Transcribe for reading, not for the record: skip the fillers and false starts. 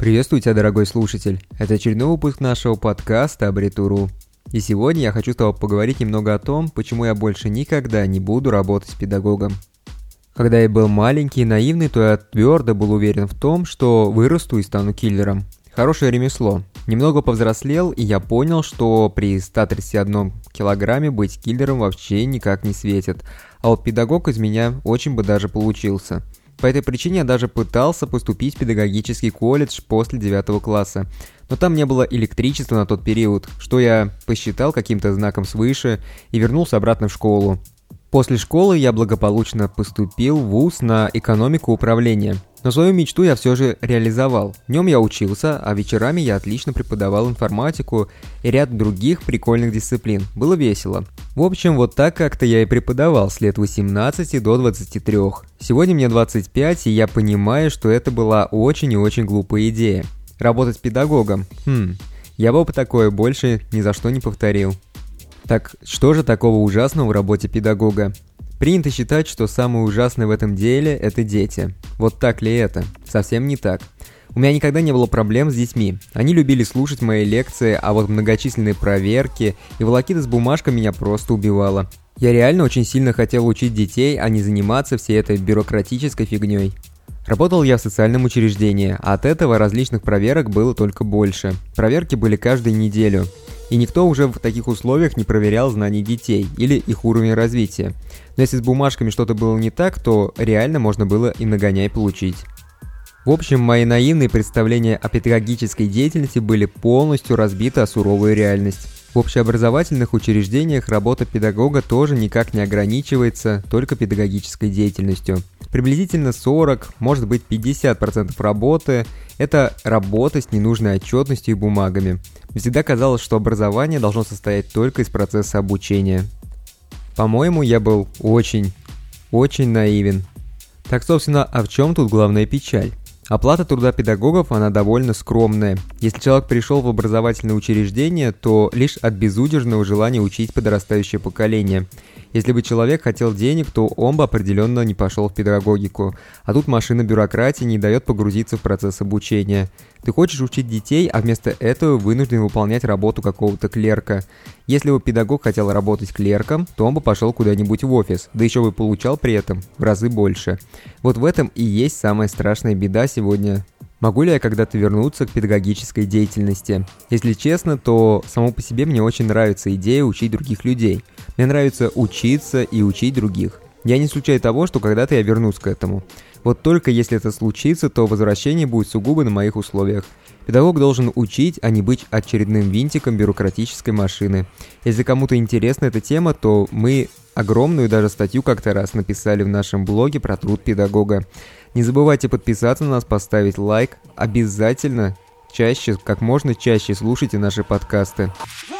Приветствую тебя, дорогой слушатель. Это очередной выпуск нашего подкаста Абритуру. И сегодня я хочу с тобой поговорить немного о том, почему я больше никогда не буду работать педагогом. Когда я был маленький и наивный, то я твердо был уверен в том, что вырасту и стану киллером. Хорошее ремесло. Немного повзрослел, и я понял, что при 131 килограмме быть киллером вообще никак не светит. А вот педагог из меня очень бы даже получился. По этой причине я даже пытался поступить в педагогический колледж после 9 класса. Но там не было электричества на тот период, что я посчитал каким-то знаком свыше и вернулся обратно в школу. После школы я благополучно поступил в вуз на экономику управления. Но свою мечту я все же реализовал. Днем я учился, а вечерами я отлично преподавал информатику и ряд других прикольных дисциплин. Было весело. В общем, вот так как-то я и преподавал с лет 18 до 23. Сегодня мне 25, и я понимаю, что это была очень и очень глупая идея. Работать педагогом. Я бы такое больше ни за что не повторил. Так что же такого ужасного в работе педагога? Принято считать, что самое ужасное в этом деле – это дети. Вот так ли это? Совсем не так. У меня никогда не было проблем с детьми. Они любили слушать мои лекции, а вот многочисленные проверки и волокита с бумажкой меня просто убивало. Я реально очень сильно хотел учить детей, а не заниматься всей этой бюрократической фигней. Работал я в социальном учреждении, а от этого различных проверок было только больше. Проверки были каждую неделю. И никто уже в таких условиях не проверял знаний детей или их уровень развития. Но если с бумажками что-то было не так, то реально можно было и нагоняй получить. В общем, мои наивные представления о педагогической деятельности были полностью разбиты о суровую реальность. В общеобразовательных учреждениях работа педагога тоже никак не ограничивается только педагогической деятельностью. Приблизительно 40, может быть 50% работы – это работа с ненужной отчетностью и бумагами. Мне всегда казалось, что образование должно состоять только из процесса обучения. По-моему, я был очень наивен. Так, собственно, а в чем тут главная печаль? Оплата труда педагогов, она довольно скромная. Если человек пришел в образовательное учреждение, то лишь от безудержного желания учить подрастающее поколение. Если бы человек хотел денег, то он бы определенно не пошел в педагогику. А тут машина бюрократии не дает погрузиться в процесс обучения. Ты хочешь учить детей, а вместо этого вынужден выполнять работу какого-то клерка. Если бы педагог хотел работать клерком, то он бы пошел куда-нибудь в офис, да еще бы получал при этом в разы больше. Вот в этом и есть самая страшная беда сегодня. Могу ли я когда-то вернуться к педагогической деятельности? Если честно, то само по себе мне очень нравится идея учить других людей. Мне нравится учиться и учить других. Я не исключаю того, что когда-то я вернусь к этому. Вот только если это случится, то возвращение будет сугубо на моих условиях. Педагог должен учить, а не быть очередным винтиком бюрократической машины. Если кому-то интересна эта тема, то мы огромную даже статью как-то раз написали в нашем блоге про труд педагога. Не забывайте подписаться на нас, поставить лайк. Обязательно как можно чаще слушайте наши подкасты.